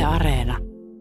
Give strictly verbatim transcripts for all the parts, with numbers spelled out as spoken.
Areena.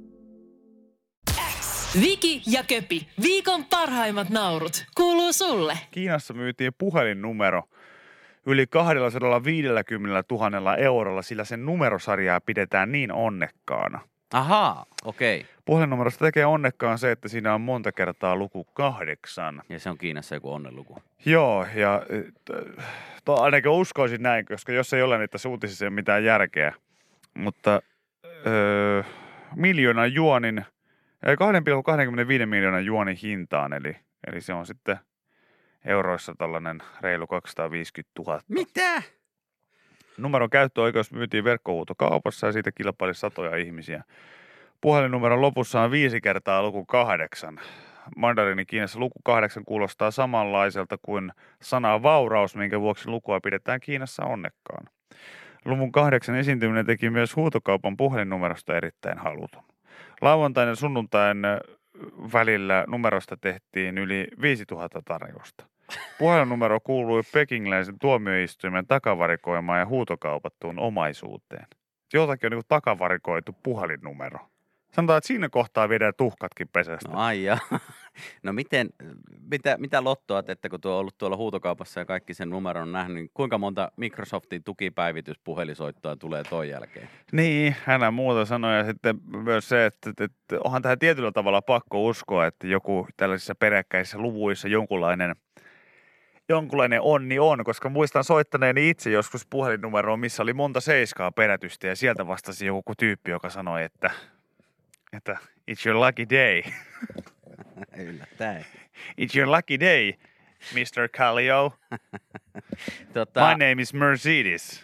Viki ja Köpi, viikon parhaimmat naurut, kuuluu sulle. Kiinassa myytiin puhelinnumero yli kaksisataaviisikymmentätuhatta eurolla, sillä sen numerosarjaa pidetään niin onnekkaana. Ahaa, okei. Okay. Puhelinnumerosta tekee onnekkaan se, että siinä on monta kertaa luku kahdeksan. Ja se on Kiinassa joku onnenluku. Joo, ja to, ainakin uskoisin näin, koska jos ei ole niitä uutisissa, ei ole mitään järkeä. Mutta öö, miljoonan juonin, kaksi pilkku kaksikymmentäviisi miljoonan juonin hintaan, eli, eli se on sitten euroissa tällainen reilu kaksisataaviisikymmentätuhatta. Mitä? Numeron käyttöoikeus myytiin verkkohuutokaupassa ja siitä kilpaili satoja ihmisiä. Puhelinnumeron lopussa on viisi kertaa luku kahdeksan. Mandarini Kiinassa luku kahdeksan kuulostaa samanlaiselta kuin sana vauraus, minkä vuoksi lukua pidetään Kiinassa onnekkaana. Luvun kahdeksan esiintyminen teki myös huutokaupan puhelinnumerosta erittäin halutun. Lauantain ja sunnuntain välillä numerosta tehtiin yli viisituhatta tarjousta. Puhelinnumero kuului pekingläisen tuomioistuimen takavarikoimaan ja huutokaupattuun omaisuuteen. Joltakin on niin kuin takavarikoitu puhelinnumero. Sanotaan, että siinä kohtaa viedään tuhkatkin pesästä. No ai ja. No miten, mitä, mitä lottoa, että kun tuo on ollut tuolla huutokaupassa ja kaikki sen numeron on nähnyt, niin kuinka monta Microsoftin tukipäivityspuhelisoittoa tulee ton jälkeen? Niin, hän muuta sanoi ja sitten myös se, että, että, että onhan tähän tietyllä tavalla pakko uskoa, että joku tällaisissa peräkkäisissä luvuissa jonkunlainen Jonkunlainen onni on, koska muistan soittaneeni itse joskus puhelinnumeroon, missä oli monta seiskaa perätystä ja sieltä vastasi joku tyyppi, joka sanoi, että, että it's your lucky day. Yllättäen. It's your lucky day, mister Kallio. tota, My name is Mercedes.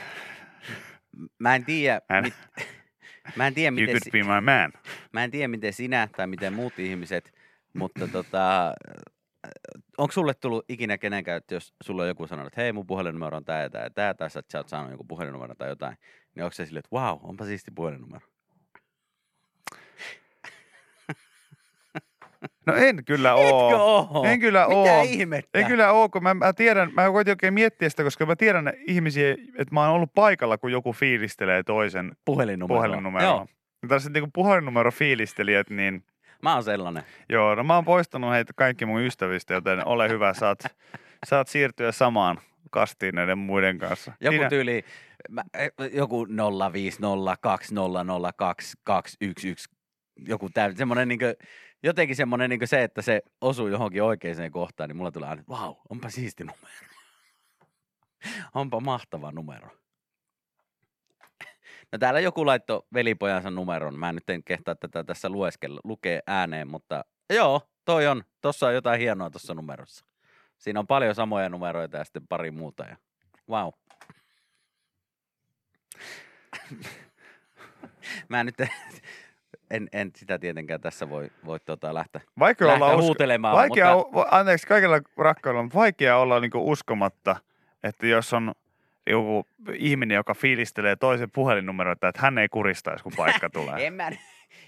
Mä en tiedä, mit, mä en tiedä, you miten, could be my man. Mä en tiedä, miten sinä tai miten muut ihmiset, mutta tota... Onko sulle tullut ikinä kenenkään, että jos sulla on joku sanonut, että hei mun puhelinnumero on tää ja tää ja tää, tai sä oot saanut joku puhelinnumero tai jotain, niin onko se silleen, että vau, onpa siisti puhelinnumero? No en kyllä oo. Etkö oo? En kyllä oo. Mitä ihmettä? En kyllä oo, kun mä, mä tiedän, mä koitin oikein miettiä sitä, koska mä tiedän ihmisiä, että mä oon ollut paikalla, kun joku fiilistelee toisen puhelinnumeroa. puhelinnumeroa. Joo. Tällaiset niin puhelinnumero fiilistelijät, niin... Mä oon sellainen. Joo, no mä oon poistanut heitä kaikki mun ystävistä, joten ole hyvä, saat, saat siirtyä samaan kastiin näiden muiden kanssa. Joku Siinä... tyyli, mä, joku nolla viisi nolla kaksi nolla nolla kaksi kaksi yksi yksi, joku täysin, semmoinen niinku, jotenkin semmoinen niinku se, että se osuu johonkin oikeaan kohtaan, niin mulla tulee aina, että vau, onpa siisti numero. Onpa mahtava numero. No täällä joku laittoi velipojansa numeron. Mä en nyt en kehtaa tätä tässä lueskella, lukee ääneen, mutta joo, toi on. Tossa on jotain hienoa tossa numerossa. Siinä on paljon samoja numeroita ja sitten pari muuta. Ja... Wow. Mä en nyt en, en sitä tietenkään tässä voi, voi tota lähteä, vaikea lähteä olla huutelemaan. Vaikea, mutta... anteeksi kaikilla rakkaudella, mutta vaikea olla niinku uskomatta, että jos on joku ihminen, joka fiilistelee toisen puhelinnumeroita, että hän ei kuristaisi, kun paikka tulee. en mä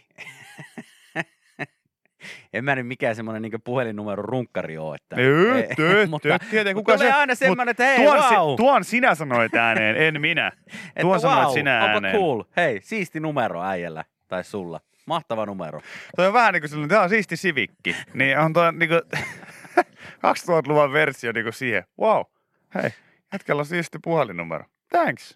En mä nyt mikään semmoinen niinku puhelinnumero runkkari oo, että... Tööt, tööt, tööt, tietenkin. Kuka tulee se, aina semmoinen, että hei, tuon, wow. tuon sinä sanoit ääneen, en minä. Tuon sanoit wow, sinä ääneen. Cool. Hei, siisti numero äijällä tai sulla. Mahtava numero. Toi on vähän niin kuin sellainen, tämä on siisti Civikki. Niin on toi niin kuin kaksituhattaluvun versio niin kuin siihen. Wow, hei, jätkällä on siisti puhelinnumero. Thanks.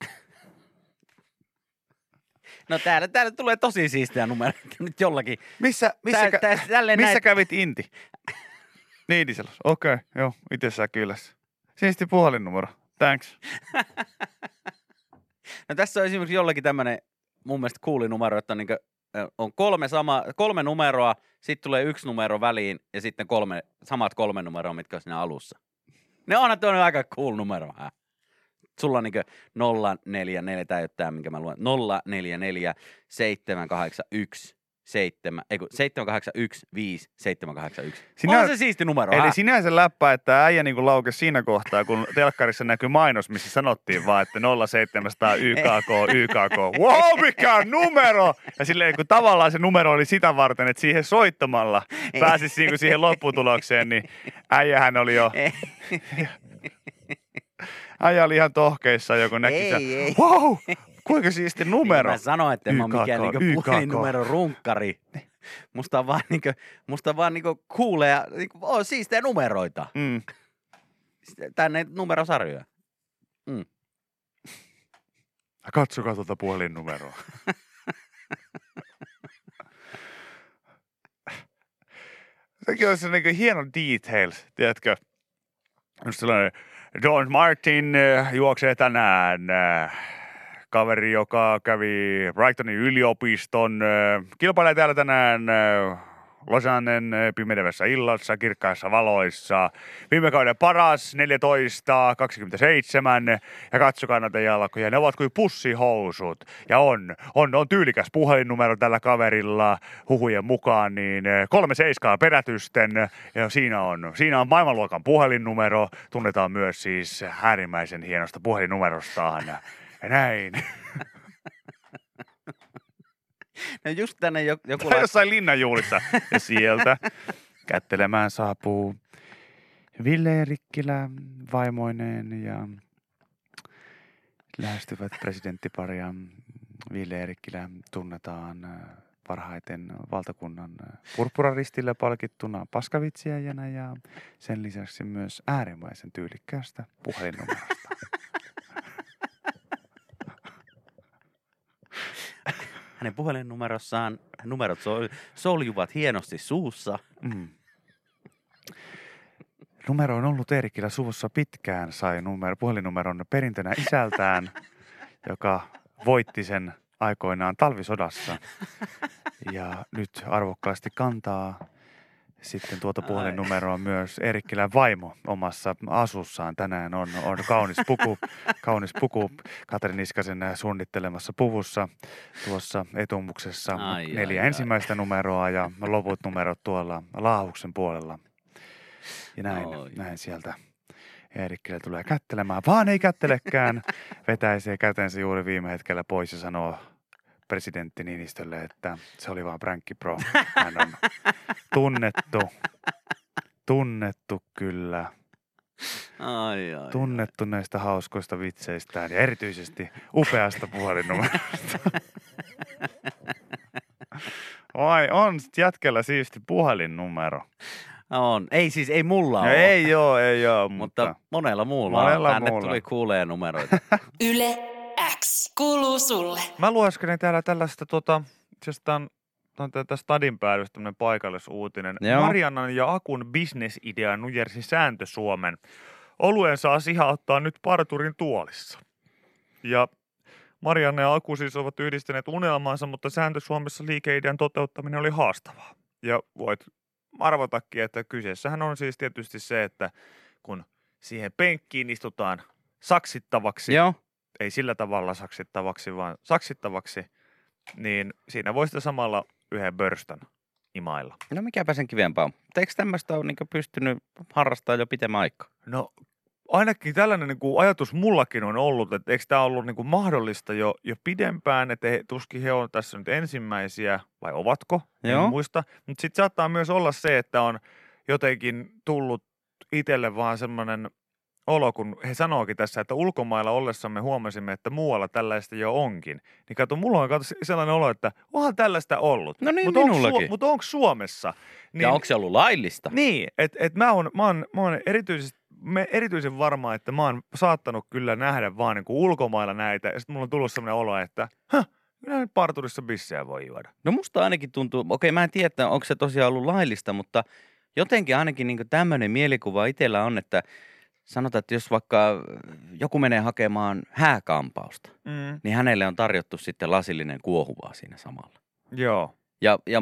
No täällä, täällä tulee tosi siistiä numeroita nyt jollakin. Missä, missä, Tää, kä- tää, missä näin... kävit Inti? Niidiselos. Okei, okay, joo, itsessään kylässä. Siisti puhelinnumero. Thanks. No tässä on esimerkiksi jollakin tämmönen mun mielestä cooli numero, että on, niin kuin, on kolme, sama, kolme numeroa, sitten tulee yksi numero väliin ja sitten kolme, samat kolme numeroa, mitkä on siinä alussa. Ne onhan tuonut aika cool numero. Hä? Sulla on niin nolla neljä neljä, tää ei ole tää, minkä mä luen, nolla neljä neljä seitsemän kahdeksan yksi seitsemän, ei kun seitsemän kahdeksan yksi viisi seitsemän kahdeksan yksi. Sinä... On se siisti numero. Eli hä? sinänsä läppä, että äijä niin laukesi siinä kohtaa, kun telkkarissa näkyy mainos, missä sanottiin vaan, että nolla seitsemänsataa Y K K, Y K K. Wow, mikä numero! Ja silleen, kun tavallaan se numero oli sitä varten, että siihen soittamalla pääsisi niin siihen lopputulokseen, niin äijähän oli jo... Äijä oli ihan tohkeissa, joku näki ei, sen. ei. Wow! Kuinka siisti numero? Niin mä sanoin, että en mä ole mikään Y K K, niinku Y K K. puhelinnumero runkkari. Musta on vaan niinku, musta on vaan niinku kuulee, niinku, oo siistejä numeroita. Mm. Tänne numerosarjoja. Mm. Katsokaa tuota puhelinnumeroa. Sekin on se niin hieno details, tiedätkö? Just sellainen, Don Martin äh, juoksee tänään. Äh, kaveri, joka kävi Brightonin yliopiston. Äh, kilpailee täällä tänään äh, Losannen äh, pimenevässä illassa, kirkkaissa valoissa. Viime kauden paras, neljätoista kaksikymmentäseitsemän. Ja katsokaa näitä jalkoja, ne ovat kuin pussihousut. Ja on, on, on tyylikäs puhelinnumero tällä kaverilla huhujen mukaan, niin äh, kolme seiskaa perätysten. Ja siinä on, siinä on maailmanluokan puhelinnumero. Tunnetaan myös siis äärimmäisen hienosta puhelinnumerostaan. Ja näin. No just tänne joku... Tai jossain linnanjuhlissa. Ja sieltä kättelemään saapuu Ville Erikkilä vaimoineen ja lähestyvät presidenttiparia. Ville Erikkilä tunnetaan parhaiten valtakunnan purppuraristillä palkittuna paskavitsiäjänä ja sen lisäksi myös äärimmäisen tyylikkäästä puhelinnumerosta. Hänen puhelinnumerossaan numerot sol, soljuvat hienosti suussa. Mm. Numero on ollut Eerikkilä suvussa pitkään, sai numero, puhelinnumeron perintönä isältään, joka voitti sen aikoinaan talvisodassa. Ja nyt arvokkaasti kantaa sitten tuota puhelinnumeroa myös Eerikkilän vaimo omassa asussaan. Tänään on, on kaunis puku, kaunis puku Katri Niskasen suunnittelemassa puvussa tuossa etumuksessa. Ai, neljä ai, ensimmäistä ai. numeroa ja loput numerot tuolla laahuksen puolella. Ja näin, Oi. näin sieltä Eerikkilä tulee kättelemään, vaan ei kättelekään. Vetäisee kätensä juuri viime hetkellä pois ja sanoo presidentti Niinistölle, että se oli vaan pränkki bro. Hän on tunnettu, tunnettu kyllä, Ai, ai, tunnettu näistä hauskoista vitseistään ja erityisesti upeasta puhelinnumerosta. Vai on jätkellä siisti puhelinnumero. On. Ei siis, ei mulla No ole. ei joo, ei joo, Mutta, mutta monella muulla monella on. Tänne muulla. tuli kuulee numeroita. Yle X kuuluu sulle. mä lueskelen täällä tällaista tota, on tätä Stadin päädystä tämmöinen paikallisuutinen. Joo. Mariannan ja Akun bisnesidea nujersi Sääntö Suomen. Oluen saa sihauttaa nyt parturin tuolissa. Ja Marianna ja Aku siis ovat yhdistäneet unelmaansa, mutta Sääntö Suomessa liikeidean toteuttaminen oli haastavaa. Ja voit arvatakin, että kyseessähän on siis tietysti se, että kun siihen penkkiin istutaan saksittavaksi, Joo. ei sillä tavalla saksittavaksi, vaan saksittavaksi, niin siinä voi sitä samalla yhden börstän imailla. No mikäpä sen kivempaa on. Eikö tämmöistä ole niin pystynyt harrastamaan jo pitemmän aikaa? No ainakin tällainen niin kuin ajatus mullakin on ollut, että eikö tämä ollut niin kuin mahdollista jo, jo pidempään, että he, tuskin he on tässä nyt ensimmäisiä, vai ovatko, Joo. en muista. Mutta sitten saattaa myös olla se, että on jotenkin tullut itselle vaan semmoinen olo, kun he sanookin tässä, että ulkomailla ollessamme huomasimme, että muualla tällaista jo onkin. Niin kato, mulla on kato sellainen olo, että onhan tällaista ollut. No niin, Mutta onko minullakin. Su- onko Suomessa? Niin, Ja onko se ollut laillista? Niin, että et mä oon, mä oon, mä oon erityisesti, me erityisen varma, että mä oon saattanut kyllä nähdä vaan niin kuin ulkomailla näitä. Ja sitten mulla on tullut sellainen olo, että häh, kyllä nyt parturissa bissejä voi juoda. No musta ainakin tuntuu, okei mä en tiedä, että onko se tosiaan ollut laillista, mutta jotenkin ainakin niin tämmöinen mielikuva itsellä on, että sanotaan, että jos vaikka joku menee hakemaan hääkampausta, Mm. niin hänelle on tarjottu sitten lasillinen kuohuvaa siinä samalla. Joo. Ja, ja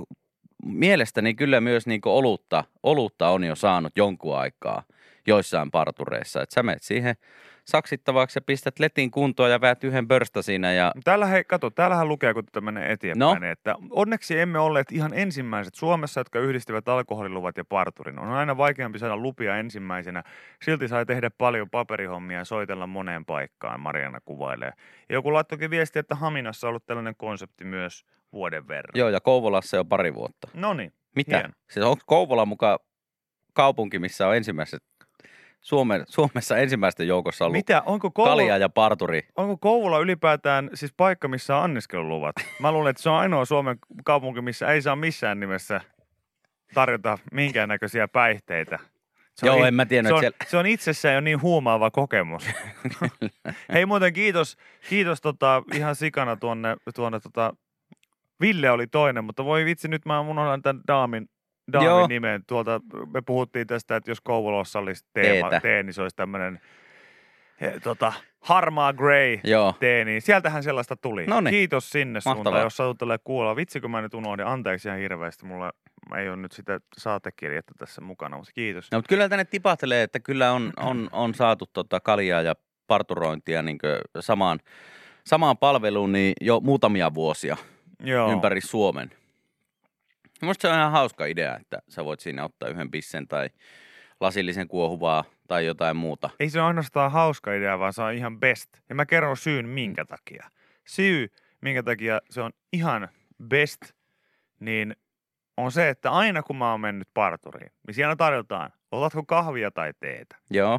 mielestäni kyllä myös niin olutta, olutta on jo saanut jonkun aikaa joissain partureissa. Että sä menet siihen saksittavaksi ja pistät letin kuntoon ja väät yhden börstä siinä ja Täällä hei, kato, täällähän lukee, kun tätä menee eteenpäin, No. että onneksi emme olleet ihan ensimmäiset Suomessa, jotka yhdistivät alkoholiluvat ja parturin. On aina vaikeampi saada lupia ensimmäisenä. Silti sai tehdä paljon paperihommia ja soitella moneen paikkaan, Mariana kuvailee. Ja joku laittoikin viesti, että Haminassa on ollut tällainen konsepti myös vuoden verran. joo, ja Kouvolassa jo pari vuotta. No niin, Mitä? hieno. Siis onko Kouvola mukaan kaupunki, missä on ensimmäiset Suome, Suomessa ensimmäisten joukossa ollut Mitä? Onko Kouvola, Kalia ja parturi. onko Kouvola ylipäätään siis paikka, missä on anniskeluluvat? Mä luulen, että se on ainoa Suomen kaupunki, missä ei saa missään nimessä tarjota minkäännäköisiä päihteitä. Se Joo, on, en mä tiennyt, se on, että se on itsessään jo niin huumaava kokemus. Hei muuten kiitos, kiitos tota, ihan sikana tuonne, tuonne tota, Ville oli toinen, mutta voi vitsi, nyt mä unohdan tämän Daamin, Daamin Joo. nimen. Tuolta, me puhuttiin tästä, että jos Kouvolassa olisi teema, Teetä. tee, niin se olisi tämmöinen he, tota, harmaa grey Joo. tee, niin sieltähän sellaista tuli. Noniin. Kiitos sinne Mahtavaa. suuntaan, jos satuttelee kuulla. Vitsi, kun mä nyt unohdin, anteeksi ihan hirveästi, mulla ei ole nyt sitä saatekirjettä tässä mukana, mutta kiitos. No, mutta kyllä tänne tipahtelee, että kyllä on, on, on saatu tota kaljaa ja parturointia niin samaan, samaan palveluun niin jo muutamia vuosia Joo. ympäri Suomen. Minusta se on ihan hauska idea, että sä voit siinä ottaa yhden pissen tai lasillisen kuohuvaa tai jotain muuta. Ei se ole ainoastaan hauska idea, vaan se on ihan best. Ja mä kerron syyn minkä takia. Syy, minkä takia se on ihan best, niin on se, että aina kun mä oon mennyt parturiin, niin siellä tarjotaan, otatko kahvia tai teetä. Joo.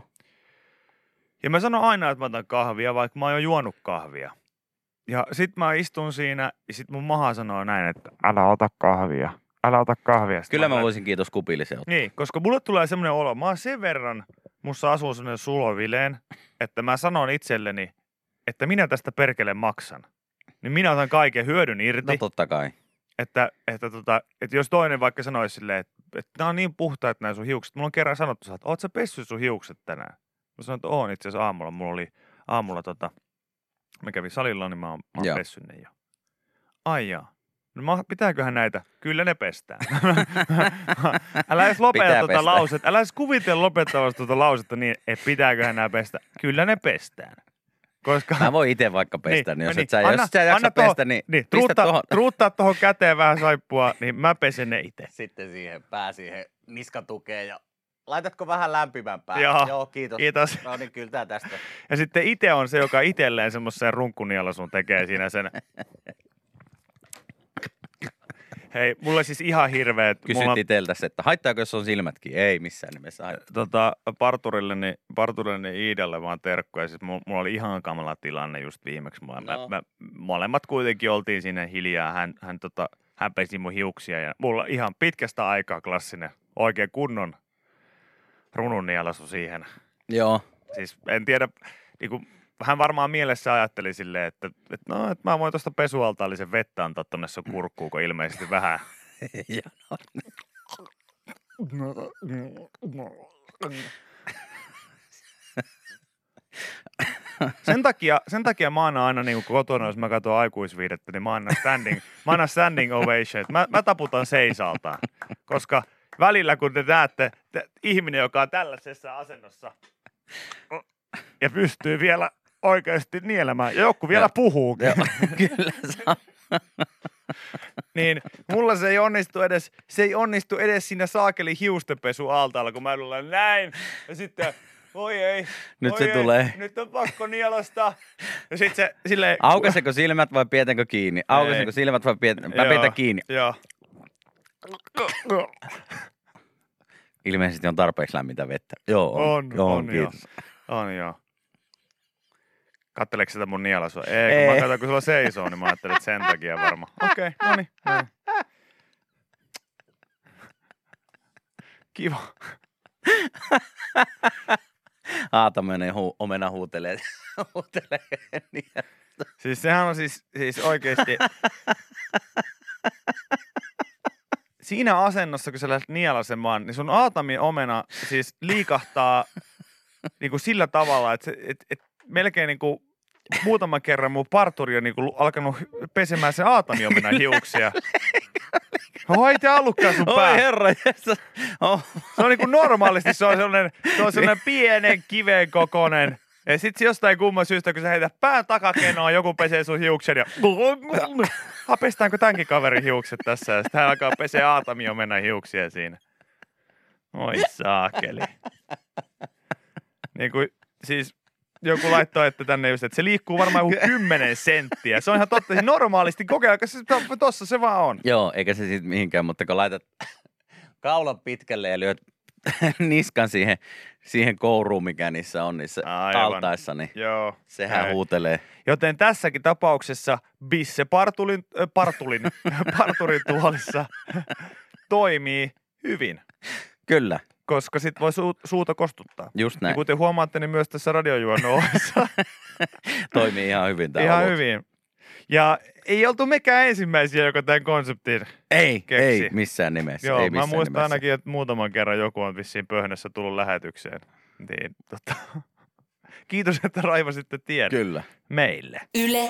Ja mä sanon aina, että mä otan kahvia, vaikka mä oon jo juonut kahvia. Ja sit mä istun siinä, ja sit mun maha sanoo näin, että älä ota kahvia. Älä ota kahvia. Sit Kyllä mä laitan- voisin kiitos Kupillisen ottaa. Niin, koska mulle tulee semmoinen olo, mä oon sen verran, musta asuu semmoinen sulovileen, että mä sanon itselleni, että minä tästä perkele maksan. Niin minä otan kaiken hyödyn irti, No totta kai. että, että, tota, että jos toinen vaikka sanoisi silleen, että, että nämä on niin puhtaat nämä sun hiukset. Mulla on kerran sanottu, että oot sä pessyt sun hiukset tänään? Mä sanoin, että oon itse asiassa aamulla. Mulla oli aamulla, tota, mä kävin salilla, niin mä oon, mä oon Joo. pessyt ne jo. Ai jaa. No mä- pitääköhän näitä? Kyllä ne pestään. Älä edes lopeta Pitää tuota pestä. lausetta. Älä edes kuvitella lopettavasta tuota lausetta niin, että pitääköhän nämä pestä. Kyllä ne pestään. Koska... Mä voin itse vaikka pestä, niin, jos niin. et sä, Anna- jos sä jaksa anna tohon- pestä, niin, niin, pistä truuttaa, tohon. truuttaa tuohon käteen vähän saippua, niin mä pesen ne itse. Sitten siihen pää siihen niskatukeen ja laitatko vähän lämpimämpää? Joo. Joo, kiitos. Kiitos. No niin, kyllä tää tästä. Ja sitten itse on se, joka itselleen semmoisen runkkunialasun tekee siinä sen. Hei, mulle siis ihan hirveä, että mulla Kysyttiin teiltä se, että haittaako jos on silmätkin? Ei missään nimessä haittaa. tota, parturilleni, parturilleni Iidalle vaan terkkuja. Siis mulla, mulla oli ihan kamala tilanne just viimeksi. Mä, No. mä, mä, molemmat kuitenkin oltiin siinä hiljaa. Hän, hän, tota, hän pesi mun hiuksia ja mulla ihan pitkästä aikaa klassinen, oikein kunnon rununnialasu siihen. Joo. Siis en tiedä, niinku, hän varmaan mielessä ajatteli silleen, että, että no, että mä voin tuosta pesualtaallisen vettä antaa tonne sun kurkkuun, kun ilmeisesti vähän. Ja Sen takia, sen takia mä annan aina niin kotona, jos mä katson aikuisviidettä, niin mä annan standing, mä annan standing ovation. Mä, mä taputan seisaltaan, koska välillä kun te näette te, ihminen, joka on tällaisessa asennossa ja pystyy vielä oikeasti nielemään, ja joku vielä Joo. puhuu, Joo, kyllä saa. niin mulla se ei onnistu edes, se ei onnistu edes siinä saakeli hiustenpesu altaalla, kun mä luulen näin, ja sitten voi ei, Nyt voi se ei, tulee. nyt on pakko nielasta, ja sitten se silleen. Aukaseko silmät vai pidetäänkö kiinni? Aukaseko Ei. silmät vai pidetäänkö? Mä Joo, pidetään kiinni. Joo. Ilmeisesti on tarpeeksi lämmintä vettä. Joo, on. On, joo, on, kiitos. On joo. Katteleeko sitä mun nielasua? Ei, Ei. kun mä katson, kun sulla seisoo, niin mä ajattelin, että sen takia varmaan. Okei, okay, no niin. Kiva. Aata menee hu- omena huutelee. huutelee niin. Siis sehän on siis, siis oikeesti. Siinä asennossa, kun sä lähdet nielasemaan, niin sun aatami omena siis liikahtaa niinku sillä tavalla, että se, et, et melkein niinku muutaman kerran mun parturi on niinku alkanut pesemään sen aatami omenan hiuksia. No ei te allutkaan sun Oi pää. herra, jessus. Oh. Se on niinku normaalisti, se on sellainen, se on sellainen pienen kiven kokoinen. Ja sit se jostain kumman syystä, kun sä heität pään takakenoa, joku pesee sun hiuksen ja ha, pestäänkö tämänkin kaverin hiukset tässä? Ja sit hän alkaa pesee aatamiomenan hiuksia siinä. Oi saakeli. Niin kuin, siis joku laittoi, että tänne just, että se liikkuu varmaan joku kymmenen senttiä. Se on ihan totta, siis normaalisti kokeilkaa, se tossa se vaan on. Joo, eikä se siitä mihinkään, mutta kun laitat kaulan pitkälle ja lyöt niskan siihen, siihen kouruun, mikä niissä on, niissä Aivan. altaissa, niin Joo. sehän Näin. huutelee. Joten tässäkin tapauksessa Bisse Partulin, äh, Partulin, Parturin tuolissa toimii hyvin, Kyllä, koska sit voi su- suuta kostuttaa. just Ja näin. kuten huomaatte, niin myös tässä radiojuonnoissa Toimii ihan hyvin tämä ihan olut. hyvin. Ja ei oltu mekään ensimmäisiä, joka tämän konseptin Ei, keksi. ei missään nimessä. Joo, ei mä missään muistan nimessä. ainakin, että muutaman kerran joku on vissiin pöhnössä tullut lähetykseen. Niin, tota, kiitos, että raivasitte tiedon Kyllä. meille. Yle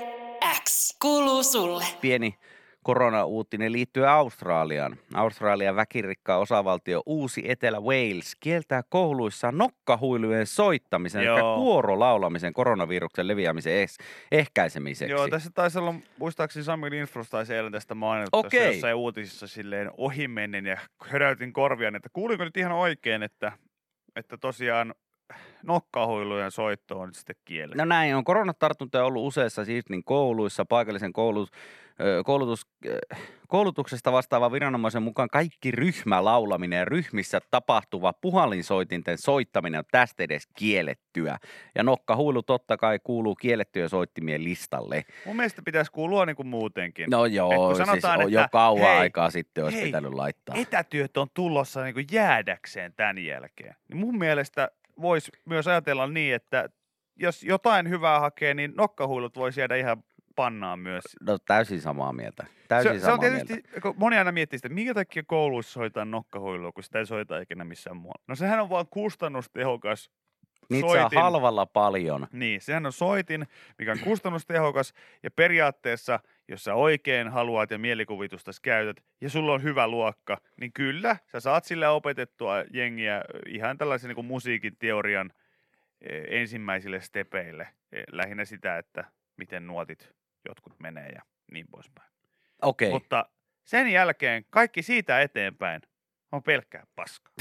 X kuuluu sulle. Pieni korona-uutinen liittyy Australiaan. Australian väkirikkaa osavaltio Uusi Etelä-Wales kieltää kouluissa nokkahuilujen soittamisen Joo. sekä kuorolaulamisen koronaviruksen leviämisen eh- ehkäisemiseksi. Joo, tässä taisi olla, muistaakseni Sami Lindfors taisi eilen tästä mainita Okei. okay. jossain uutisissa silleen ohimennen ja höräytin korviaan, että kuulinko nyt ihan oikein, että, että tosiaan nokkahuilujen soitto on sitten kielletty. No näin on. Koronatartuntoja on ollut useissa Sydneyn kouluissa. Paikallisen koulutus, ö, koulutus, ö, koulutuksesta vastaava viranomaisen mukaan kaikki ryhmälaulaminen ja ryhmissä tapahtuva puhallinsoitinten soittaminen on tästä edes kiellettyä. Ja nokkahuilu totta kai kuuluu kiellettyjen soittimien listalle. Mun mielestä pitäisi kuulua niin kuin muutenkin. No Et joo, kun siis sanotaan, on jo että kauan hei, aikaa sitten olisi hei, pitänyt laittaa. Etätyöt on tulossa niin kuin jäädäkseen tämän jälkeen. Niin mun mielestä voisi myös ajatella niin, että jos jotain hyvää hakee, niin nokkahuilut voisi jäädä ihan pannaan myös. No täysin samaa mieltä. Täysin Se, se samaa on tietysti, mieltä. kun moni aina miettii sitä, minkä takia kouluissa soitaan nokkahuilua, kun sitä ei soita ikinä missään muualla. No sehän on vaan kustannustehokas Niitä saa soitin. halvalla paljon. Niin, sehän on soitin, mikä on kustannustehokas ja periaatteessa, jos sä oikein haluat ja mielikuvitusta käytät ja sulla on hyvä luokka, niin kyllä, sä saat sillä opetettua jengiä ihan tällaisen niin kuin musiikin teorian eh, ensimmäisille stepeille. Eh, Lähinnä sitä, että miten nuotit jotkut menee ja niin poispäin. Okei. Mutta sen jälkeen kaikki siitä eteenpäin on pelkkää paskaa.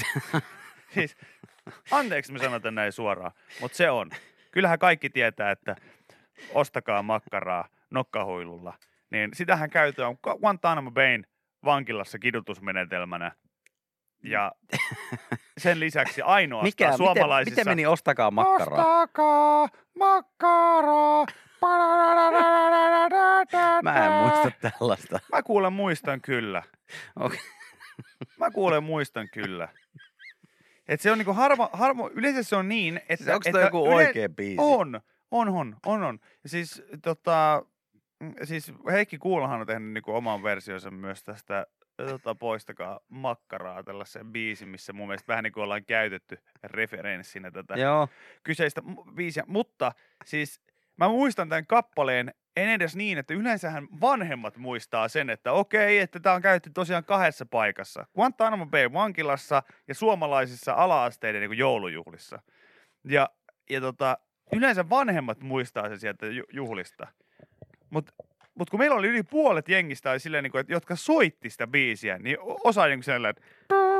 Siis, anteeksi mä sanon tän näin suoraan, mutta se on. Kyllähän kaikki tietää, että ostakaa makkaraa nokkahuilulla. Niin sitähän käytetään Guantanamo Bayn vankilassa kidutusmenetelmänä. Ja sen lisäksi ainoastaan Mikä, miten, suomalaisissa... miten meni ostakaa makkaraa? Ostakaa makkaraa! Mä en muista tällaista. Mä kuulen muistan kyllä. Okei. Mä kuulen muistan kyllä. Et se on niinku harva, harvo, yleensä se on niin, että... Siis onko että toi joku yle- oikea biisi? On, on, on, on, on. Ja siis, tota, mm, siis Heikki Kuulahan on tehnyt niinku oman versionsa myös tästä tota, Poistakaa makkaraa, tällaisen biisin, missä mun mielestä vähän niin kuin ollaan käytetty referenssinä tätä Joo. kyseistä mu- biisiä. Mutta siis mä muistan tämän kappaleen en edes niin, että yleensähän vanhemmat muistaa sen, että okei, että tämä on käytetty tosiaan kahdessa paikassa. Guantanamo Bay vankilassa ja suomalaisissa ala-asteiden niin kuin joulujuhlissa. Ja, ja tota, yleensä vanhemmat muistaa sen sieltä ju- juhlista. Mutta mut kun meillä oli yli puolet jengistä, oli silleen, niin kuin, että, jotka soitti sitä biisiä, niin o- osa niin kuin sellainen, että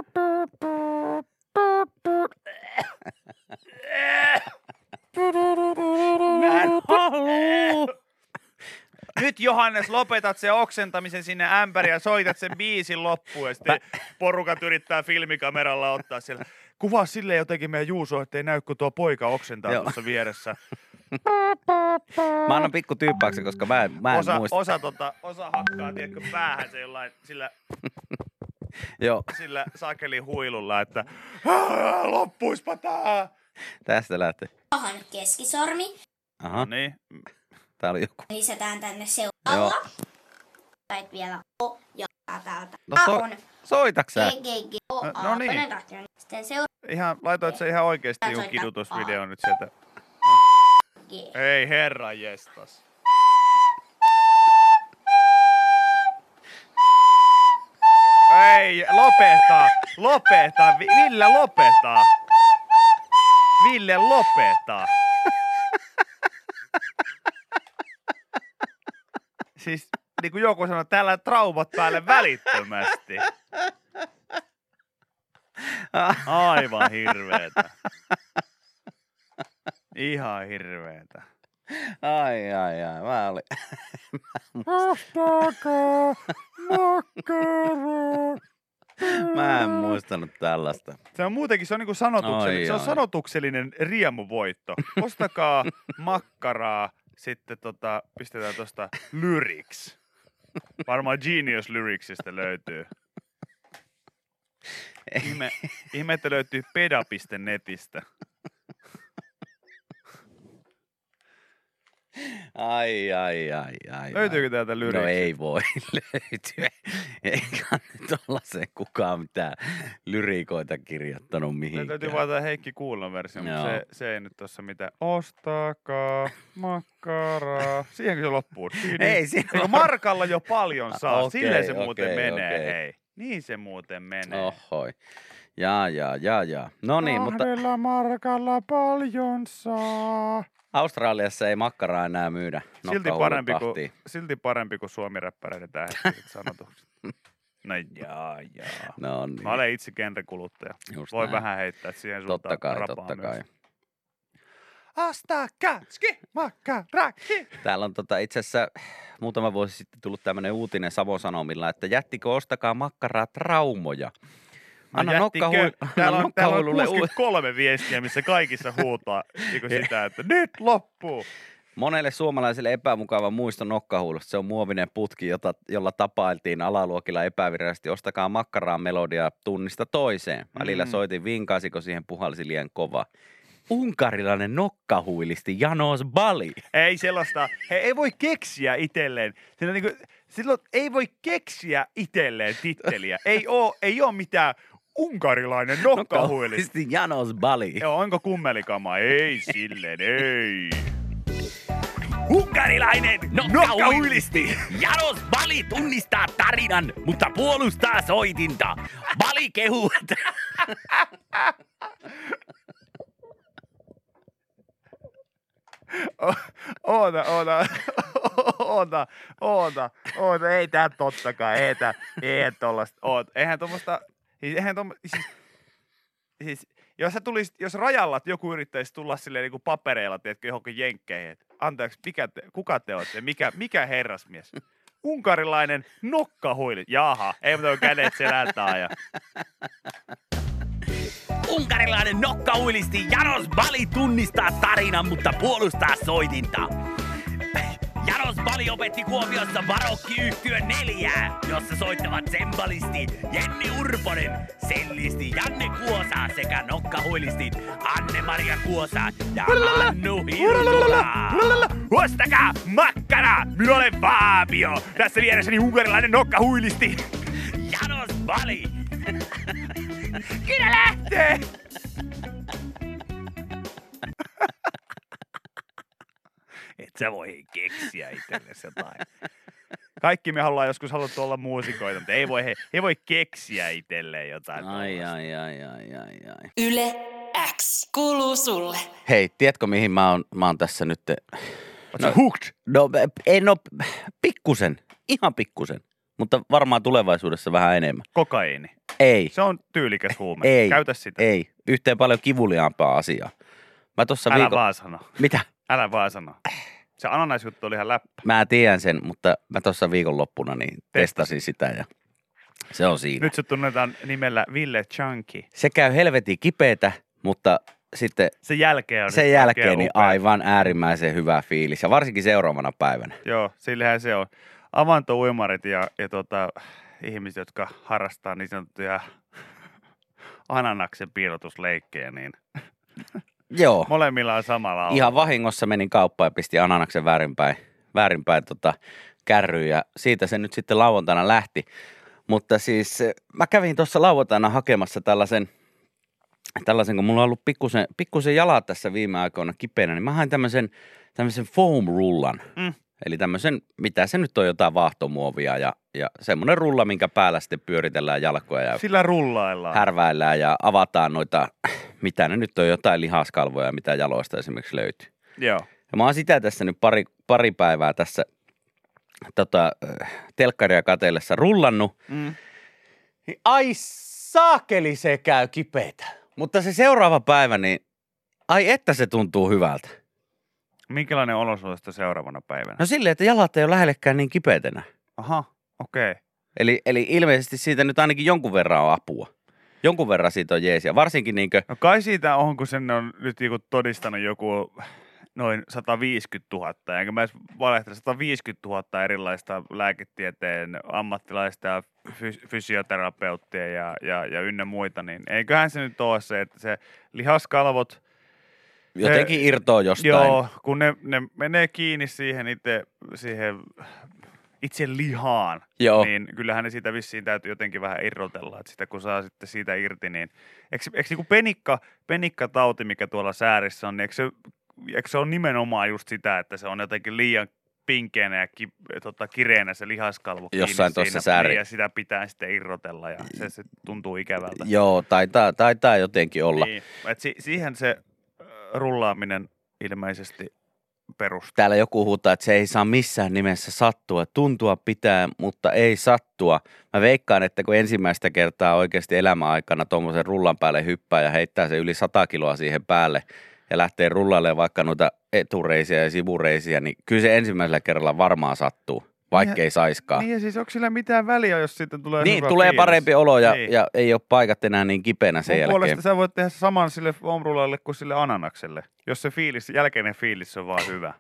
mä en haluu. Nyt Johannes, lopetat se oksentamisen sinne ämpäriin ja soitat sen biisin loppuun. Ja sitten porukat yrittää filmikameralla ottaa siellä. Kuvaa silleen jotenkin meidän Juuso, ettei näy, kun tuo poika oksentaa Joo. tuossa vieressä. Mä annan pikku tyyppäyksen, koska mä en, mä en Osa, muista. osa, tota, osa hakkaa, tiedätkö, päähän se jollain sillä, Joo, sillä sakeli huilulla, että "Aa, loppuispa tää. tästä lähtee. Pahan keskisormi. Aha, No niin, täällä on joku. Lisätään tänne seuraavalla. Joo. Sait vielä O ja A täältä. No A so, on soitaks sä? G, G, G, O, No- A. no niin. Toinen Sitten seuraava ihan, laitoit se ihan oikeesti joku Soittaa kidutusvideo nyt sieltä. G. Ei herra jestas. Ei, lopeta, lopeta, Vi- Ville lopeta. Ville lopeta. Siis niin kuin joku sanoi, täällä traumat päälle välittömästi. Aivan hirveetä. Ihan hirveetä. Ai, ai, ai. Mä olin. Ostakaa makkaraa. Mä en muistanut tällaista. Se on muutenkin, se on, niinku sanotuksellinen, Ai, se on ai. sanotuksellinen riemuvoitto. Ostakaa makkaraa, sitten tota, pistetään tuosta Lyrics. Varmaan Genius Lyricsistä löytyy. Ihme, ihme, että löytyy peda piste netistä. Ai, ai, ai, ai. Löytyykö täältä ai. Lyrics? No ei voi löytyä. Eikä nyt olla se kukaan mitään lyrikoita kirjoittanut mihinkään. Löytyy vaan tämä Heikki Kuulon versio, mutta Joo. se, se ei nyt tossa mitään. Ostakaa makkaraa. Siihenkö se loppuu? Ei siinä Eikö var- Markalla jo paljon saa? Okei, Silleen se okei, muuten menee, okei. hei. Niin se muuten menee. Ohoi. Jaa, jaa, jaa, jaa. No niin, mutta Kahdella markalla paljon saa. Australiassa ei makkaraa enää myydä. Silti nokkahuulin parempi, kuin, tahtiin. silti parempi kuin suomiräppäreiden tähdelliset sanotukset. No jaa, jaa. No niin. Mä olen itse genrekuluttaja. Just Voi näin. vähän heittää siihen suuntaan Totta kai, rapaa totta myös. kai. Ostakaa ski makkaraki. Täällä on tota, itse asiassa muutama vuosi sitten tullut tämmöinen uutinen Savon Sanomilla, että jättikö ostakaa makkaraa traumoja. Anna No nokkahuil... jättikö? Täällä on, täällä on nokkahuilulle u- kuusikymmentäkolme viestiä, missä kaikissa huutaa niin sitä, että nyt loppuu. Monelle suomalaiselle epämukava muisto nokkahuilusta. Se on muovinen putki, jota, jolla tapailtiin alaluokilla epävirallisesti. Ostakaa makkaraa melodia tunnista toiseen. Välillä Mm. soitin vinkaasiko siihen puhalsi liian kova. Unkarilainen nokkahuilisti Janos Bali. Ei sellaista, he ei voi keksiä itselleen. Sillä niin kuin, silloin ei voi keksiä itselleen titteliä. Ei oo, ei oo mitään unkarilainen nokkahuilisti. Nokkahuilisti Janos Bali. Joo, onko kummelikama? Ei silleen, ei. Unkarilainen nokkahuilisti. Janos Bali tunnistaa tarinan, mutta puolustaa soitinta. Bali kehuu, että... O- Oota, oota, oota, oota, oota, ei tää tottakaan, ei tää, ei tollasta, oota, eihän tommoista, siis eihän tommo, siis, siis jos sä tulisit, jos rajalla että joku yrittäisi tulla silleen niinku papereilla, tiedätkö, johonkin jenkkeihin, että anteeksi, mikä te, kuka te ootte, mikä, mikä herrasmies? Unkarilainen nokkahuili, jaha, ei mutta kädet selältään ja... Unkarilainen nokkahuilisti Janos Bali tunnistaa tarinan, mutta puolustaa soitinta. Janos Bali opetti Kuopiossa barokkiyhtyön neljää, jossa soittavat sembalisti Jenni Urponen, sellisti Janne Kuosa sekä nokkahuilistit Anne-Maria Kuosa ja Hannu Hiltula. Ostakaa makkara! Minä olen Faabio! Tässä vieressäni unkarilainen nokkahuilisti! Janos Bali! Kyllä lähtee! Et sä voi keksiä itsellesi jotain. Kaikki me haluaa joskus haluttu olla muusikoita, mutta ei voi, he, ei voi keksiä itselleen jotain. Ai, tollasta. ai, ai, ai, ai, ai. Yle X kuuluu sulle. Hei, tiedätkö mihin mä oon, mä oon tässä nyt? Oot sä hooked? No, en oo, pikkusen, ihan pikkusen, mutta varmaan tulevaisuudessa vähän enemmän. Kokaiini. Ei, Se on tyylikäs huume. ei, Käytä sitä. ei, yhteen paljon kivuliaampaa asiaa. Mä tossa Älä viikon... vaan sano. Mitä? Älä vaan sano. Se ananaisjuttu oli ihan läppä. Mä tiedän sen, mutta mä tuossa viikonloppuna niin testasin sitä ja se on siinä. Nyt se tunnetaan nimellä Ville Chunky. Se käy helvetin kipeätä, mutta sitten Sen jälkeen on sen nyt jälkeen oikein niin upea. aivan äärimmäisen hyvä fiilis ja varsinkin seuraavana päivänä. Joo, sillähän se on. Avantouimarit ja, ja tota, ihmiset, jotka harrastaa niin sanottuja ananaksen piilotusleikkejä, niin Joo, molemmilla on samalla alla. ihan vahingossa menin kauppaan ja pisti ananaksen väärinpäin, väärinpäin tota, kärryyn ja siitä se nyt sitten lauantaina lähti. Mutta siis eh, mä kävin tuossa lauantaina hakemassa tällaisen, tällaisen kun mulla on ollut pikkusen, pikkusen jalat tässä viime aikoina kipeänä, niin mä hain tämmöisen, tämmöisen foam rullan. Mm. Eli tämmöisen, mitä se nyt on, jotain vaahtomuovia ja, ja semmoinen rulla, minkä päällä sitten pyöritellään jalkoja ja Sillä rullaillaan. härväillään ja avataan noita, mitä ne nyt on, jotain lihaskalvoja, mitä jaloista esimerkiksi löytyy. Joo. Ja mä oon sitä tässä nyt pari, pari päivää tässä tota, telkkaria katsellessa rullannut. Mm. Niin ai saakeli se käy kipeätä. Mutta se seuraava päivä, niin ai että se tuntuu hyvältä. Minkälainen olosuhteista seuraavana päivänä? No silleen, että jalat ei ole lähellekään niin kipeätä enää. Aha, okei. Okay. Eli, eli ilmeisesti siitä nyt ainakin jonkun verran on apua. Jonkun verran siitä on jeesiä. Varsinkin niinkö... No kai siitä on, kun sen on nyt joku todistanut joku noin sata viisikymmentätuhatta. Enkä mä edes valehtele sata viisikymmentätuhatta erilaista lääketieteen ammattilaista ja fys- fysioterapeuttia ja, ja, ja ynnä muita. Niin eiköhän se nyt ole se, että se lihaskalvot... Jotenkin ne, irtoaa jostain. Joo, kun ne, ne menee kiinni siihen itse, siihen itse lihaan, Joo. niin kyllähän ne siitä vissiin täytyy jotenkin vähän irrotella, että sitä kun saa sitten siitä irti, niin eikö, eikö niin kuin penikka, penikkatauti, mikä tuolla säärissä on, niin eikö se, eikö se ole nimenomaan just sitä, että se on jotenkin liian pinkeänä ja ki, tota, kireänä se lihaskalvo kiinni Jossain tuossa siinä, sääri. niin, ja sitä pitää sitten irrotella ja se, se tuntuu ikävältä. Joo, taitaa, taitaa jotenkin olla. Niin, että si, siihen se rullaaminen ilmeisesti perustuu. Täällä joku huutaa, että se ei saa missään nimessä sattua. Tuntua pitää, mutta ei sattua. Mä veikkaan, että kun ensimmäistä kertaa oikeasti elämäaikana tuommoisen rullan päälle hyppää ja heittää se yli sata kiloa siihen päälle ja lähtee rullailemaan vaikka noita etureisiä ja sivureisiä, niin kyllä se ensimmäisellä kerralla varmaan sattuu, vaikkei saiskaan. Niin ja siis onko sillä mitään väliä, jos sitten tulee Niin, hyvä tulee fiilis? parempi olo ja, Niin. ja ei ole paikat enää niin kipeänä sen Mun jälkeen. puolesta sä voit tehdä saman sille foamrullalle kuin sille ananakselle, jos se fiilis, jälkeinen fiilis on vaan hyvä.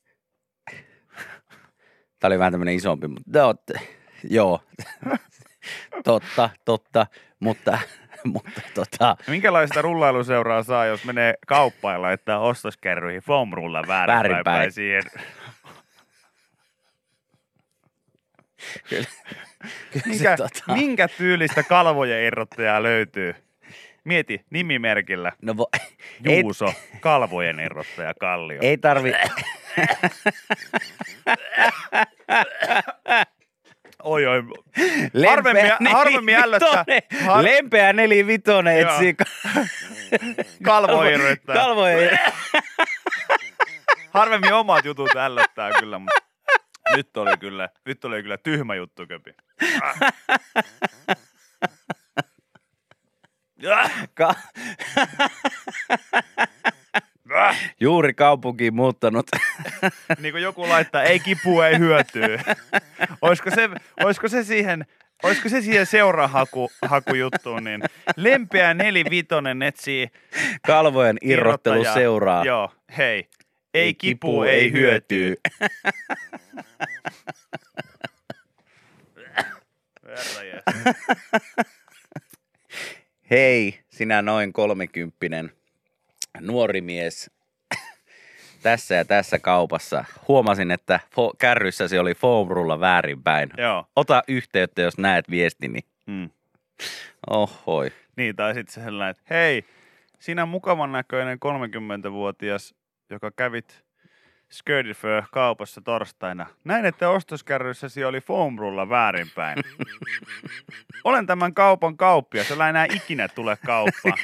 Tämä oli vähän tämmöinen isompi, mutta no, t- joo, totta, totta, mutta, mutta tota, Minkälaista rullailuseuraa saa, jos menee kauppaan ja laittaa ostoskärryihin foamrullan väärinpäin Väärinpäin. siihen? kyllä, kyllä Minkä, se, tota, minkä tyylistä kalvojen irrottajaa löytyy? Mieti nimimerkillä. no vo, ei, Juuso, kalvojen irrottaja Kallio. ei tarvi, Oi oi. Harvemmin, harvemmin ällöttää. Har- lempeä nelivitonen Joo. etsii Kalvojen irrottaja. kalvojen. Harvemmin omat jutut ällöttää kyllä, mutta nyt oli kyllä, nyt oli kyllä tyhmä juttu, Köpi. Ka- Juuri kaupunkiin muuttanut. Niin kuin joku laittaa, ei kipu, ei hyötyä. Olisiko se, olisiko se siihen, olisiko se siihen seurahaku-juttuun, niin lempeä nelivitonen etsii Kalvojen irrottelu irrottajaa. seuraa. Joo, hei. Ei kipu, ei hyötyä. Herranjestas. Hei, sinä noin kolmekymppinen nuori mies tässä ja tässä kaupassa. Huomasin, että fo- kärryssäsi oli foamrulla väärinpäin. Joo. Ota yhteyttä, jos näet viestini. Mm. Ohoi. Niin, tai sitten sellainen, että hei, sinä mukavan näköinen kolmekymmentävuotias, joka kävit Skirdyfö kaupassa torstaina. Näin, että ostoskärryssäsi oli foamrulla väärinpäin. Olen tämän kaupan kauppias, jolla ei enää ikinä tule kauppaan.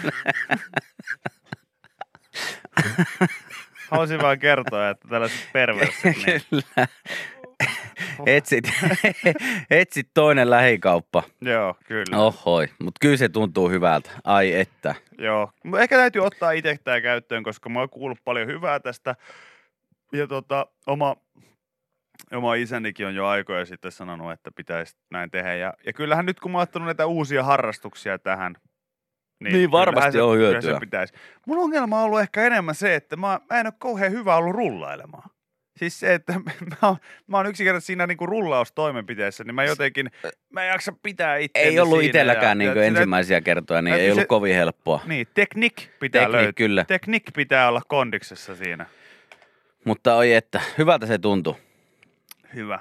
Haluaisin vaan kertoa, että tällaiset perversit. Niin. Kyllä. Etsit, etsit toinen lähikauppa. Joo, kyllä. Ohoi, mutta kyllä se tuntuu hyvältä. Ai että. Joo, mutta ehkä täytyy ottaa itse tämä käyttöön, koska mä oon kuullut paljon hyvää tästä. Ja tota, oma, oma isänikin on jo aikoja sitten sanonut, että pitäisi näin tehdä. Ja, ja kyllähän nyt kun mä oon ottanut näitä uusia harrastuksia tähän, Niin, varmasti kyllähän on kyllä hyötyä. Se pitäisi. Mun ongelma on ollut ehkä enemmän se, että mä, mä en ole kauhean hyvä ollut rullailemaan. Siis se, että mä oon, mä oon yksinkertaisesti siinä niinku rullaustoimenpiteessä, niin mä jotenkin, mä en jaksa pitää itseäni Ei ollut siinä itselläkään ja- niin ja- ensimmäisiä kertoja, niin Ja ei ollut se- kovin helppoa. Niin, teknik pitää Teknik, löytyä. kyllä. Teknik pitää olla kondiksessa siinä. Mutta oi että, hyvältä se tuntui. Hyvä.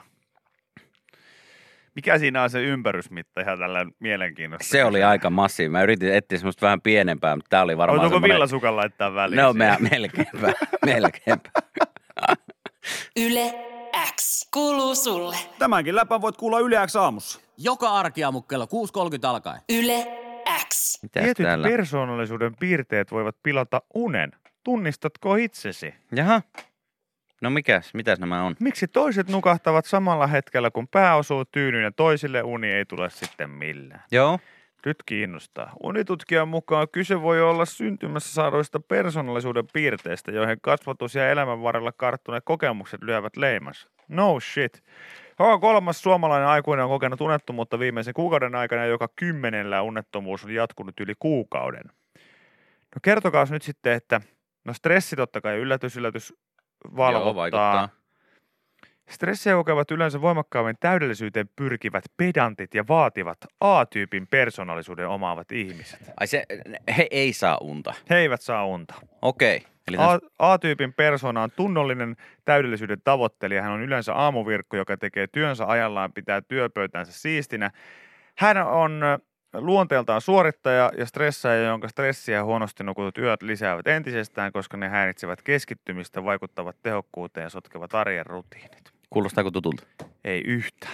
Mikä siinä on se ympärysmitta ihan tällä mielenkiinnosta? Se oli aika massiivinen. Mä yritin etsiä semmoista vähän pienempää, mutta tää oli varmaan Voituuko semmoinen... villasukan laittaa väliin? No siihen? me, melkeinpä, melkeinpä. Yle X kuuluu sulle. Tämänkin läpän voit kuulla Yle X aamussa. Joka arkiaamu kello kuusi kolmekymmentä alkaen. Yle X. Mitäs Tietyt täällä? persoonallisuuden piirteet voivat pilata unen. Tunnistatko itsesi? Jaha. No mikäs, mitäs nämä on? Miksi toiset nukahtavat samalla hetkellä, kun pää osuu tyynyyn ja toisille uni ei tule sitten millään? Joo. Nyt kiinnostaa. Unitutkijan mukaan kyse voi olla syntymässä saaduista persoonallisuuden piirteistä, joihin kasvatus ja elämän varrella karttuneet kokemukset lyövät leimansa. No shit. Joka kolmas suomalainen aikuinen on kokenut unettomuutta viimeisen kuukauden aikana, ja joka kymmenellä unettomuus on jatkunut yli kuukauden. No kertokaa nyt sitten, että no stressi totta kai yllätys, yllätys valvottaa. Joo, vaikuttaa. Stressiä kokevat yleensä voimakkaammin täydellisyyteen pyrkivät pedantit ja vaativat A-tyypin persoonallisuuden omaavat ihmiset. Ai se, he ei saa unta. He eivät saa unta. Okei. Eli täs, A- A-tyypin persoona on tunnollinen täydellisyyden tavoittelija. Hän on yleensä aamuvirkku, joka tekee työnsä ajallaan, pitää työpöytänsä siistinä. Hän on luonteeltaan suorittaja ja stressaaja, jonka stressiä ja huonosti nukutut yöt lisäävät entisestään, koska ne häiritsevät keskittymistä, vaikuttavat tehokkuuteen ja sotkevat arjen rutiinit. kuulostaako tutulta? Ei yhtään.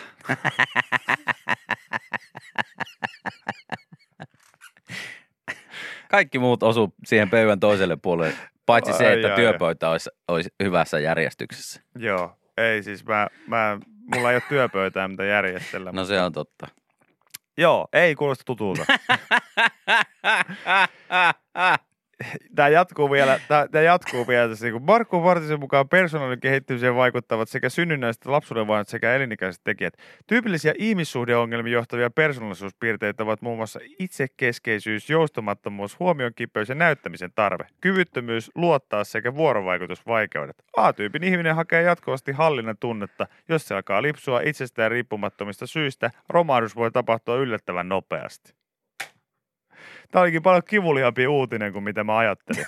Kaikki muut osuu siihen pöydän toiselle puolelle, paitsi se, Ai, että ai, työpöytä olisi, olisi hyvässä järjestyksessä. Joo, ei siis mä, mä, mulla ei ole työpöytää mitä järjestellä. No se on totta. Joo, ei kuulosta tutulta. Tämä jatkuu vielä, tämä, tämä jatkuu vielä tässä. Niin Markku Vartisen mukaan persoonallinen kehittymiseen vaikuttavat sekä synnynnäiset lapsuudenvaiheet sekä elinikäiset tekijät. Tyypillisiä ihmissuhdeongelmiin johtavia persoonallisuuspiirteitä ovat muun muassa itsekeskeisyys, joustamattomuus, huomionkipeys ja näyttämisen tarve, kyvyttömyys luottaa sekä vuorovaikutusvaikeudet. A-tyypin ihminen hakee jatkuvasti hallinnan tunnetta. Jos se alkaa lipsua itsestään riippumattomista syistä, romahdus voi tapahtua yllättävän nopeasti. Tämä olikin paljon kivuliaampi uutinen kuin mitä mä ajattelin.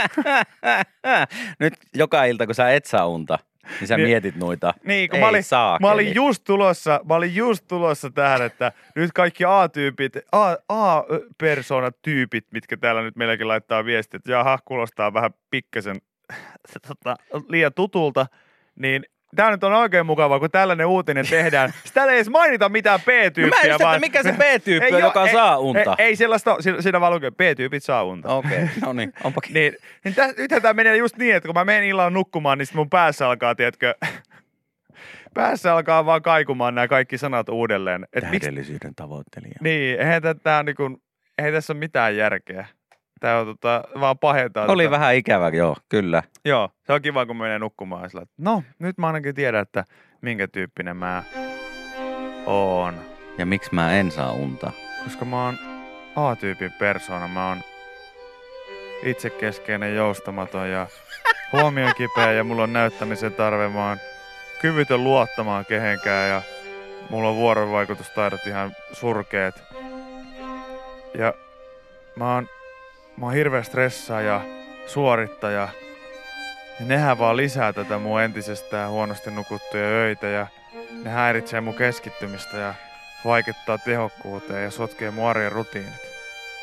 Nyt joka ilta, kun sä et saa unta, niin sä Niin- mietit noita. Niin, kun Ei mä olin, saakeli. mä olin just tulossa, mä olin just tulossa tähän, että nyt kaikki A-tyypit, A, A-persoonatyypit, mitkä täällä nyt meilläkin laittaa viestiä, että jaha, kuulostaa vähän pikkasen tota, liian tutulta, niin tämä nyt on oikein mukavaa, kun tällainen uutinen tehdään. Täällä ei edes mainita mitään B-tyyppiä. Mä en just, että mikä se B-tyyppi on, oo- joka saa unta. Ei, ei sellaista, siinä, siinä vaan lukee, B-tyypit saa unta. Okei, okay. No niin, onpakin. Niin, niin täs, nythän tämä menee just niin, että kun mä menen illalla nukkumaan, niin sit mun päässä alkaa, tiedätkö, päässä alkaa vaan kaikumaan nämä kaikki sanat uudelleen. Et miksi, Täydellisyyden tavoittelija. niin, eihän, tää, niinku, ei tässä ole mitään järkeä. Tää on tota, vaan pahentaa. Oli tota. vähän ikävä, joo, kyllä. Joo, se on kiva, kun menee nukkumaan. Sillä, että no, nyt mä ainakin tiedän, että minkä tyyppinen mä oon. Ja miksi mä en saa unta? Koska mä oon A-tyypin persoona. Mä oon itsekeskeinen, joustamaton ja huomionkipeä ja mulla on näyttämisen tarve. Mä oon kyvytön luottamaan kehenkään ja mulla on vuorovaikutustaidot ihan surkeet. Ja mä oon, mä oon hirveä stressaaja, suorittaja. Ja nehän vaan lisää tätä mun entisestään huonosti nukuttuja öitä ja ne häiritsee mun keskittymistä ja vaikuttaa tehokkuuteen ja sotkee mun arjen rutiinit.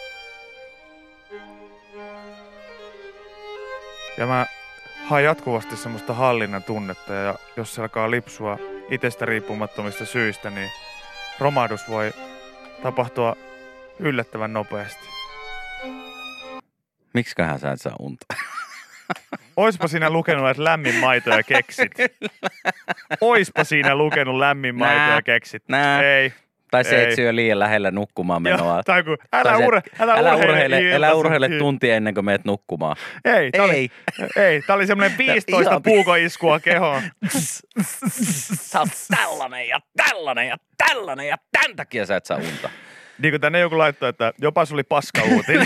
Ja mä haen jatkuvasti semmoista hallinnan tunnetta ja jos se alkaa lipsua itsestä riippumattomista syistä, niin romahdus voi tapahtua yllättävän nopeasti. Miksiköhän sä et saa unta? Oispa siinä lukenut, että lämmin maito ja keksit. Oispa siinä lukenut lämmin maito Nää. ja keksit. Nää. Ei. Tai se, Ei. että syö liian lähellä nukkumaan menoa. Joo, tai kun, älä, Tai se, ure, älä, älä urheile, urheile, älä iltaisin. urheile tuntia ennen kuin meet nukkumaan. Ei, tää Ei. Oli, ei, tää oli semmonen viisitoista Ihan- puukoiskua kehoon. Sä oot tällainen ja tällainen ja tällainen ja tämän takia sä et saa unta. Niin kuin tänne joku laittoi, että jopa se oli paska uutinen.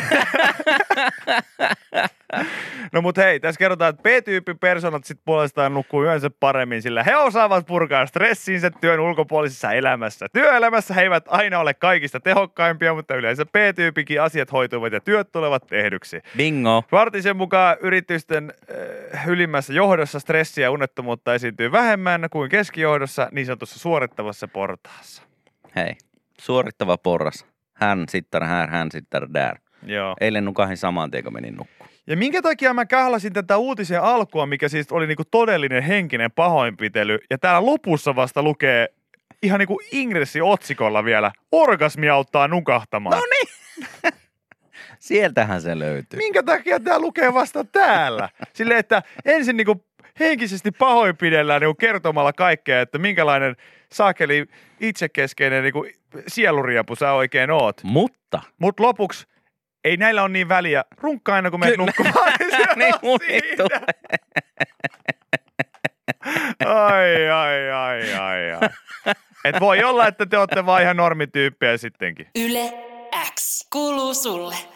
No mut hei, tässä kerrotaan, että B-tyypin persoonat sit puolestaan nukkuu yleensä paremmin, sillä he osaavat purkaa stressinsä työn ulkopuolisessa elämässä. Työelämässä he eivät aina ole kaikista tehokkaimpia, mutta yleensä B-tyypikin asiat hoituvat ja työt tulevat tehdyksi. Bingo. Vartisen mukaan yritysten äh, ylimmässä johdossa stressiä ja unettomuutta esiintyy vähemmän kuin keskijohdossa niin sanotussa suorittavassa portaassa. Hei, suorittava porras. Hän sittar här, hän sittar där. Joo. Eilen nukahin saman tien, kun menin nukkumaan. Ja minkä takia mä kählasin tätä uutisen alkua, mikä siis oli niinku todellinen henkinen pahoinpitely, ja täällä lopussa vasta lukee ihan niinku ingressi-otsikolla vielä, orgasmi auttaa nukahtamaan. No niin. Sieltähän se löytyy. Minkä takia tää lukee vasta täällä? Silleen, että ensin niinku henkisesti pahoinpidellään niinku kertomalla kaikkea, että minkälainen saakeli itsekeskeinen niinku sieluriepu sä oikein oot. Mutta. Mut lopuksi ei näillä ole niin väliä. Runkkaa aina kun menet Kyllä. nukkumaan. Niin on unittu. siinä. Ai, ai, ai, ai, ai. Et voi olla, että te olette vaan ihan normityyppejä sittenkin. Yle X kuuluu sulle.